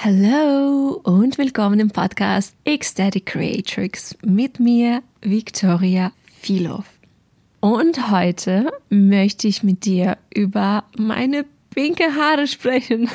Hallo und willkommen im Podcast Ecstatic Creatrix mit mir, Viktoria Filov. Und heute möchte ich mit dir über meine pinke Haare sprechen.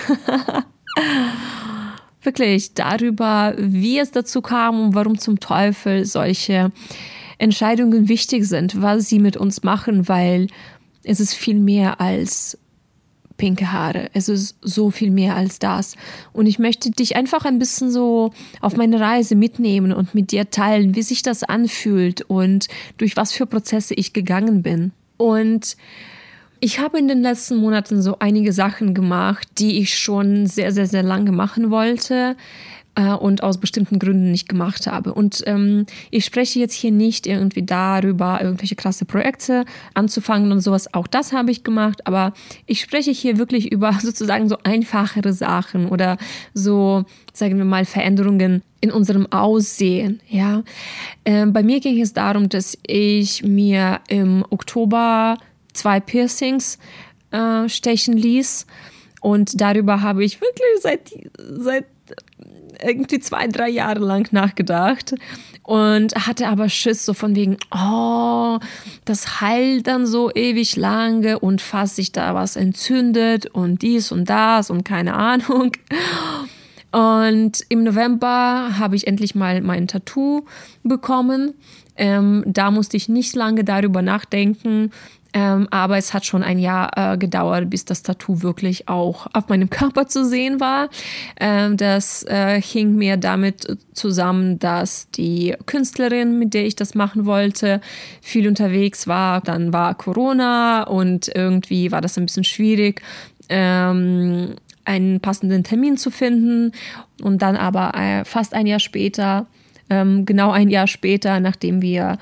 Wirklich darüber, wie es dazu kam und warum zum Teufel solche Entscheidungen wichtig sind, was sie mit uns machen, weil es ist viel mehr als pinke Haare. Es ist so viel mehr als das. Und ich möchte dich einfach ein bisschen so auf meine Reise mitnehmen und mit dir teilen, wie sich das anfühlt und durch was für Prozesse ich gegangen bin. Und ich habe in den letzten Monaten so einige Sachen gemacht, die ich schon sehr, sehr, sehr lange machen wollte und aus bestimmten Gründen nicht gemacht habe. Und ich spreche jetzt hier nicht irgendwie darüber, irgendwelche krasse Projekte anzufangen und sowas. Auch das habe ich gemacht. Aber ich spreche hier wirklich über sozusagen so einfachere Sachen oder so, sagen wir mal, Veränderungen in unserem Aussehen. Ja? Bei mir ging es darum, dass ich mir im Oktober 2 Piercings stechen ließ. Und darüber habe ich wirklich seit irgendwie 2-3 Jahre lang nachgedacht und hatte aber Schiss so von wegen, das heilt dann so ewig lange und falls sich da was entzündet und dies und das und keine Ahnung. Und im November habe ich endlich mal mein Tattoo bekommen. Da musste ich nicht lange darüber nachdenken. Aber es hat schon ein Jahr gedauert, bis das Tattoo wirklich auch auf meinem Körper zu sehen war. Das hing mir damit zusammen, dass die Künstlerin, mit der ich das machen wollte, viel unterwegs war. Dann war Corona und irgendwie war das ein bisschen schwierig, einen passenden Termin zu finden. Und dann aber fast ein Jahr später, genau ein Jahr später, nachdem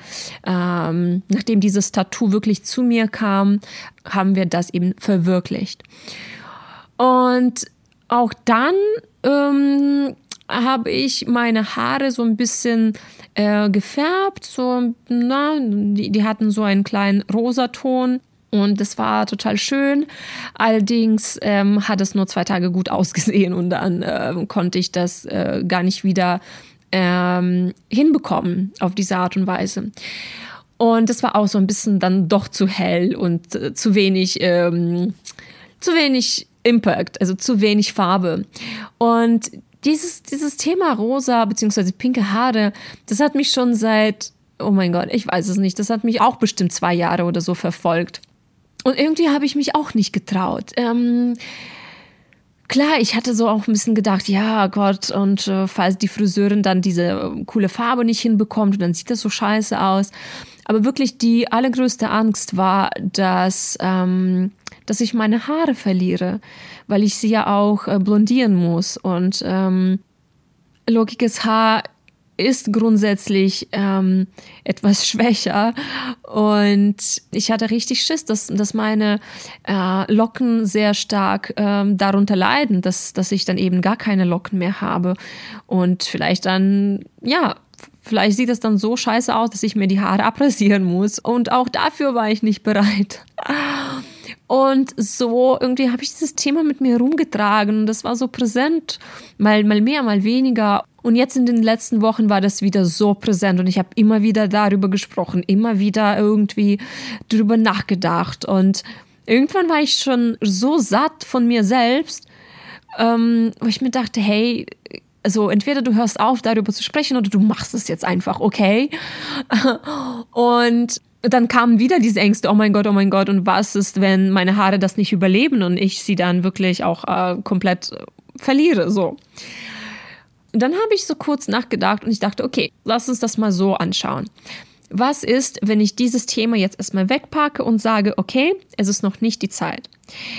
dieses Tattoo wirklich zu mir kam, haben wir das eben verwirklicht. Und auch dann habe ich meine Haare so ein bisschen gefärbt, die hatten so einen kleinen Rosaton. Und das war total schön. Allerdings hat es nur 2 Tage gut ausgesehen und dann konnte ich das gar nicht wieder hinbekommen auf diese Art und Weise. Und das war auch so ein bisschen dann doch zu hell und zu wenig Impact, also zu wenig Farbe. Und dieses Thema rosa bzw. pinke Haare, das hat mich schon seit, oh mein Gott, ich weiß es nicht, das hat mich auch bestimmt 2 Jahre oder so verfolgt. Und irgendwie habe ich mich auch nicht getraut. Klar, ich hatte so auch ein bisschen gedacht, ja Gott, und falls die Friseurin dann diese coole Farbe nicht hinbekommt, dann sieht das so scheiße aus. Aber wirklich die allergrößte Angst war, dass ich meine Haare verliere, weil ich sie ja auch blondieren muss. Und lockiges Haar ist grundsätzlich etwas schwächer und ich hatte richtig Schiss, dass meine Locken sehr stark darunter leiden, dass ich dann eben gar keine Locken mehr habe und vielleicht sieht es dann so scheiße aus, dass ich mir die Haare abrasieren muss und auch dafür war ich nicht bereit. Und so irgendwie habe ich dieses Thema mit mir rumgetragen und das war so präsent, mal mehr, mal weniger. Und jetzt in den letzten Wochen war das wieder so präsent und ich habe immer wieder darüber gesprochen, immer wieder irgendwie darüber nachgedacht. Und irgendwann war ich schon so satt von mir selbst, wo ich mir dachte, hey, also entweder du hörst auf, darüber zu sprechen oder du machst es jetzt einfach, okay? Und dann kamen wieder diese Ängste, oh mein Gott, und was ist, wenn meine Haare das nicht überleben und ich sie dann wirklich auch komplett verliere, so. Und dann habe ich so kurz nachgedacht und ich dachte, okay, lass uns das mal so anschauen. Was ist, wenn ich dieses Thema jetzt erstmal wegpacke und sage, okay, es ist noch nicht die Zeit.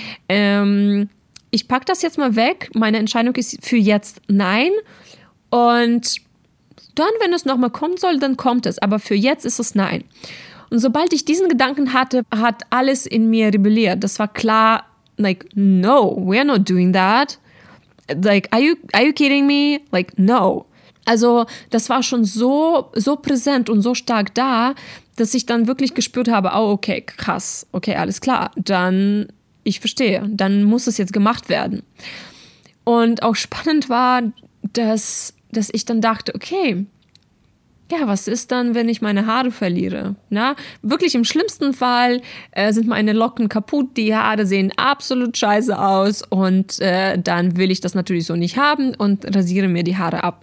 Ich packe das jetzt mal weg, meine Entscheidung ist für jetzt nein und dann, wenn es nochmal kommen soll, dann kommt es, aber für jetzt ist es nein. Und sobald ich diesen Gedanken hatte, hat alles in mir rebelliert. Das war klar, like, no, we're not doing that. Like, are you kidding me? Like, no. Also, das war schon so präsent und so stark da, dass ich dann wirklich gespürt habe, oh, okay, krass, okay, alles klar, dann, ich verstehe, dann muss es jetzt gemacht werden. Und auch spannend war, dass ich dann dachte, okay, ja, was ist dann, wenn ich meine Haare verliere? Na, wirklich im schlimmsten Fall sind meine Locken kaputt, die Haare sehen absolut scheiße aus und dann will ich das natürlich so nicht haben und rasiere mir die Haare ab.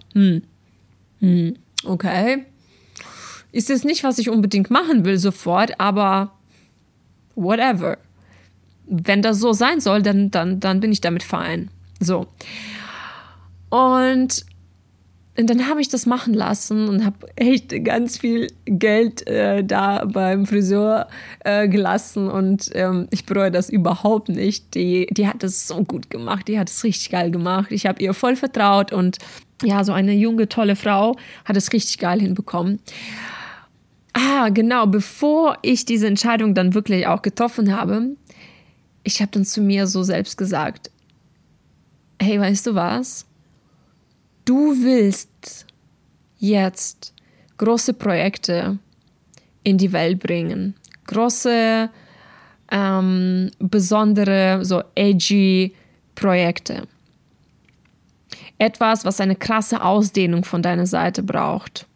Okay. Ist jetzt nicht, was ich unbedingt machen will sofort, aber whatever. Wenn das so sein soll, dann bin ich damit fein. So. Und dann habe ich das machen lassen und habe echt ganz viel Geld da beim Friseur gelassen und ich bereue das überhaupt nicht. Die hat das so gut gemacht, die hat es richtig geil gemacht. Ich habe ihr voll vertraut und ja, so eine junge, tolle Frau hat es richtig geil hinbekommen. Genau, bevor ich diese Entscheidung dann wirklich auch getroffen habe, ich habe dann zu mir so selbst gesagt, hey, weißt du was? Du willst jetzt große Projekte in die Welt bringen. Große, besondere, so edgy Projekte. Etwas, was eine krasse Ausdehnung von deiner Seite braucht.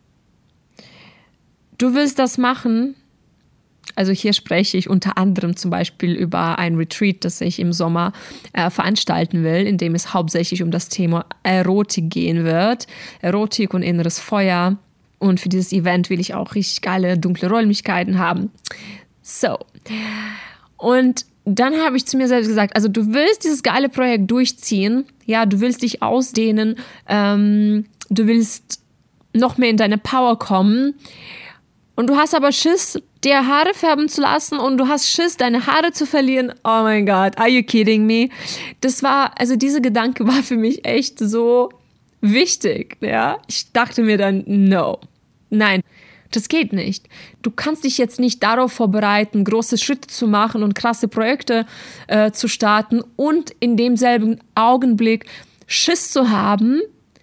Du willst das machen. Also hier spreche ich unter anderem zum Beispiel über ein Retreat, das ich im Sommer veranstalten will, in dem es hauptsächlich um das Thema Erotik gehen wird. Erotik und inneres Feuer. Und für dieses Event will ich auch richtig geile, dunkle Räumlichkeiten haben. So. Und dann habe ich zu mir selbst gesagt, also du willst dieses geile Projekt durchziehen. Ja, du willst dich ausdehnen. Du willst noch mehr in deine Power kommen. Und du hast aber Schiss, dir Haare färben zu lassen und du hast Schiss, deine Haare zu verlieren. Oh mein Gott, are you kidding me? Dieser Gedanke war für mich echt so wichtig, ja. Ich dachte mir dann, nein, das geht nicht. Du kannst dich jetzt nicht darauf vorbereiten, große Schritte zu machen und krasse Projekte zu starten und in demselben Augenblick Schiss zu haben,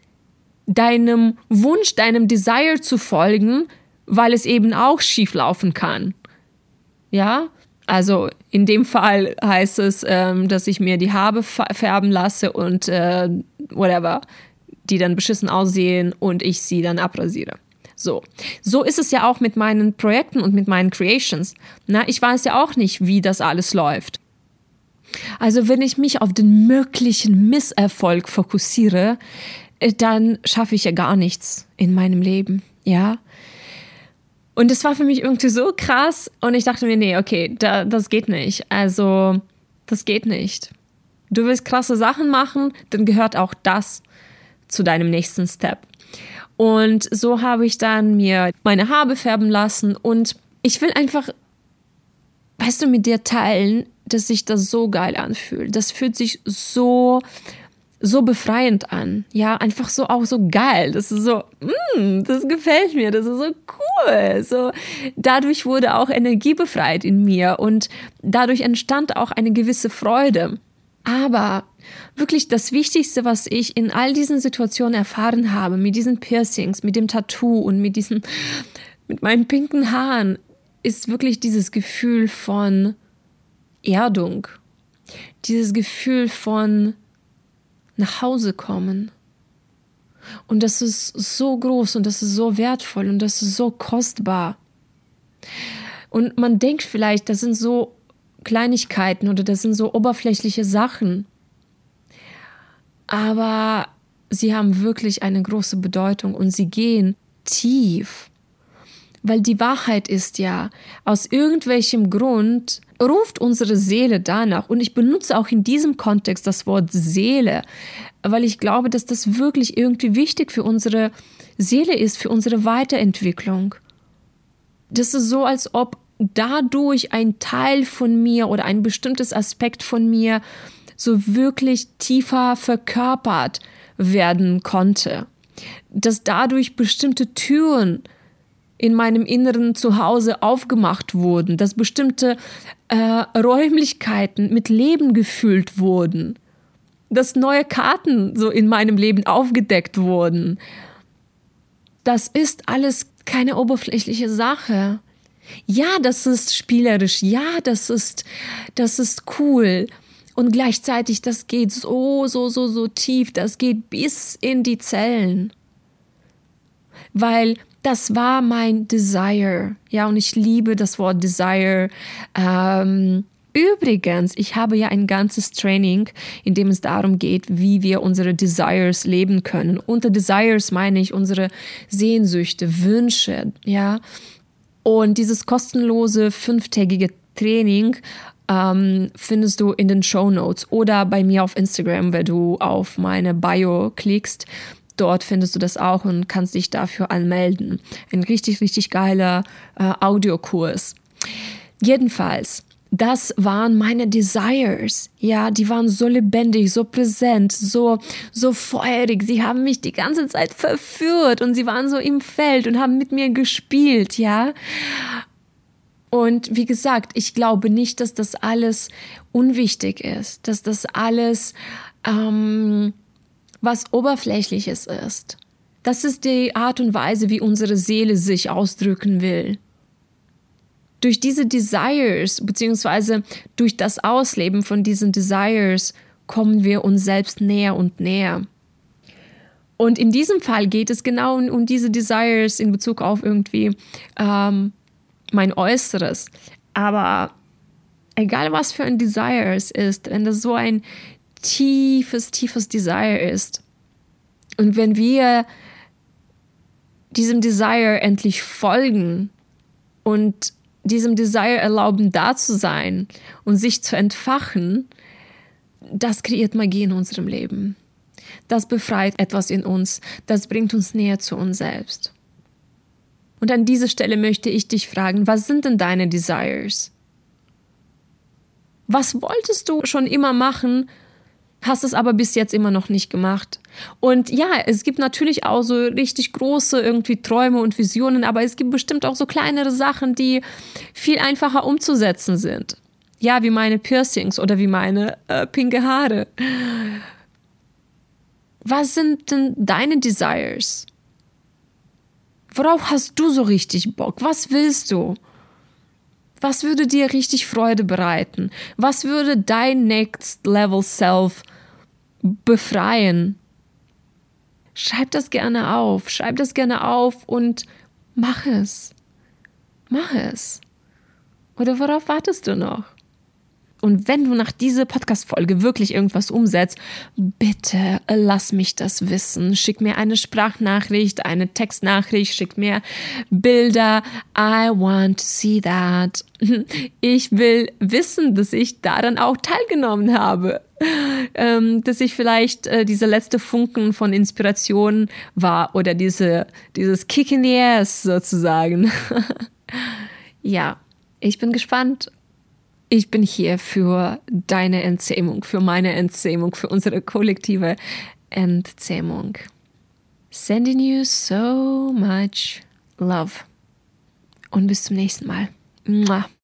deinem Wunsch, deinem Desire zu folgen, weil es eben auch schief laufen kann. Ja, also in dem Fall heißt es, dass ich mir die Haare färben lasse und whatever, die dann beschissen aussehen und ich sie dann abrasiere. So ist es ja auch mit meinen Projekten und mit meinen Creations. Na, ich weiß ja auch nicht, wie das alles läuft. Also wenn ich mich auf den möglichen Misserfolg fokussiere, dann schaffe ich ja gar nichts in meinem Leben, ja. Und das war für mich irgendwie so krass und ich dachte mir, nee, okay, das geht nicht. Also, das geht nicht. Du willst krasse Sachen machen, dann gehört auch das zu deinem nächsten Step. Und so habe ich dann mir meine Haare färben lassen und ich will einfach, weißt du, mit dir teilen, dass sich das so geil anfühlt. Das fühlt sich so befreiend an. Ja, einfach so auch so geil. Das ist so, das gefällt mir, das ist so cool. So, dadurch wurde auch Energie befreit in mir und dadurch entstand auch eine gewisse Freude. Aber wirklich das Wichtigste, was ich in all diesen Situationen erfahren habe, mit diesen Piercings, mit dem Tattoo und mit meinen pinken Haaren, ist wirklich dieses Gefühl von Erdung. Dieses Gefühl von nach Hause kommen. Und das ist so groß und das ist so wertvoll und das ist so kostbar. Und man denkt vielleicht, das sind so Kleinigkeiten oder das sind so oberflächliche Sachen. Aber sie haben wirklich eine große Bedeutung und sie gehen tief. Weil die Wahrheit ist ja, aus irgendwelchem Grund ruft unsere Seele danach. Und ich benutze auch in diesem Kontext das Wort Seele, weil ich glaube, dass das wirklich irgendwie wichtig für unsere Seele ist, für unsere Weiterentwicklung. Das ist so, als ob dadurch ein Teil von mir oder ein bestimmtes Aspekt von mir so wirklich tiefer verkörpert werden konnte. Dass dadurch bestimmte Türen in meinem inneren Zuhause aufgemacht wurden, dass bestimmte Räumlichkeiten mit Leben gefüllt wurden, dass neue Karten so in meinem Leben aufgedeckt wurden. Das ist alles keine oberflächliche Sache. Ja, das ist spielerisch, ja, das ist cool Und gleichzeitig, das geht so tief, das geht bis in die Zellen. Weil das war mein Desire. Ja, und ich liebe das Wort Desire. Übrigens, ich habe ja ein ganzes Training, in dem es darum geht, wie wir unsere Desires leben können. Unter Desires meine ich unsere Sehnsüchte, Wünsche, ja. Und dieses kostenlose 5-tägige Training findest du in den Shownotes oder bei mir auf Instagram, wenn du auf meine Bio klickst. Dort findest du das auch und kannst dich dafür anmelden. Ein richtig, richtig geiler Audiokurs. Jedenfalls, das waren meine Desires. Ja, die waren so lebendig, so präsent, so feurig. Sie haben mich die ganze Zeit verführt und sie waren so im Feld und haben mit mir gespielt, ja. Und wie gesagt, ich glaube nicht, dass das alles unwichtig ist, dass das alles was Oberflächliches ist. Das ist die Art und Weise, wie unsere Seele sich ausdrücken will. Durch diese Desires, beziehungsweise durch das Ausleben von diesen Desires, kommen wir uns selbst näher und näher. Und in diesem Fall geht es genau um diese Desires in Bezug auf irgendwie mein Äußeres. Aber egal was für ein Desire es ist, wenn das so ein tiefes Desire ist und wenn wir diesem Desire endlich folgen und diesem Desire erlauben, da zu sein und sich zu entfachen, das kreiert Magie in unserem Leben. Das befreit etwas in uns, das bringt uns näher zu uns selbst. Und an dieser Stelle möchte ich dich fragen, was sind denn deine Desires? Was wolltest du schon immer machen, hast es aber bis jetzt immer noch nicht gemacht? Und ja, es gibt natürlich auch so richtig große irgendwie Träume und Visionen, aber es gibt bestimmt auch so kleinere Sachen, die viel einfacher umzusetzen sind. Ja, wie meine Piercings oder wie meine pinke Haare. Was sind denn deine Desires? Worauf hast du so richtig Bock? Was willst du? Was würde dir richtig Freude bereiten? Was würde dein Next Level Self befreien? Schreib das gerne auf. Schreib das gerne auf und mach es. Mach es. Oder worauf wartest du noch? Und wenn du nach dieser Podcast-Folge wirklich irgendwas umsetzt, bitte lass mich das wissen. Schick mir eine Sprachnachricht, eine Textnachricht, schick mir Bilder. I want to see that. Ich will wissen, dass ich daran auch teilgenommen habe. Dass ich vielleicht dieser letzte Funken von Inspiration war oder dieses Kick in the ass sozusagen. Ja, ich bin gespannt. Ich bin hier für deine Entzähmung, für meine Entzähmung, für unsere kollektive Entzähmung. Sending you so much love. Und bis zum nächsten Mal. Mua.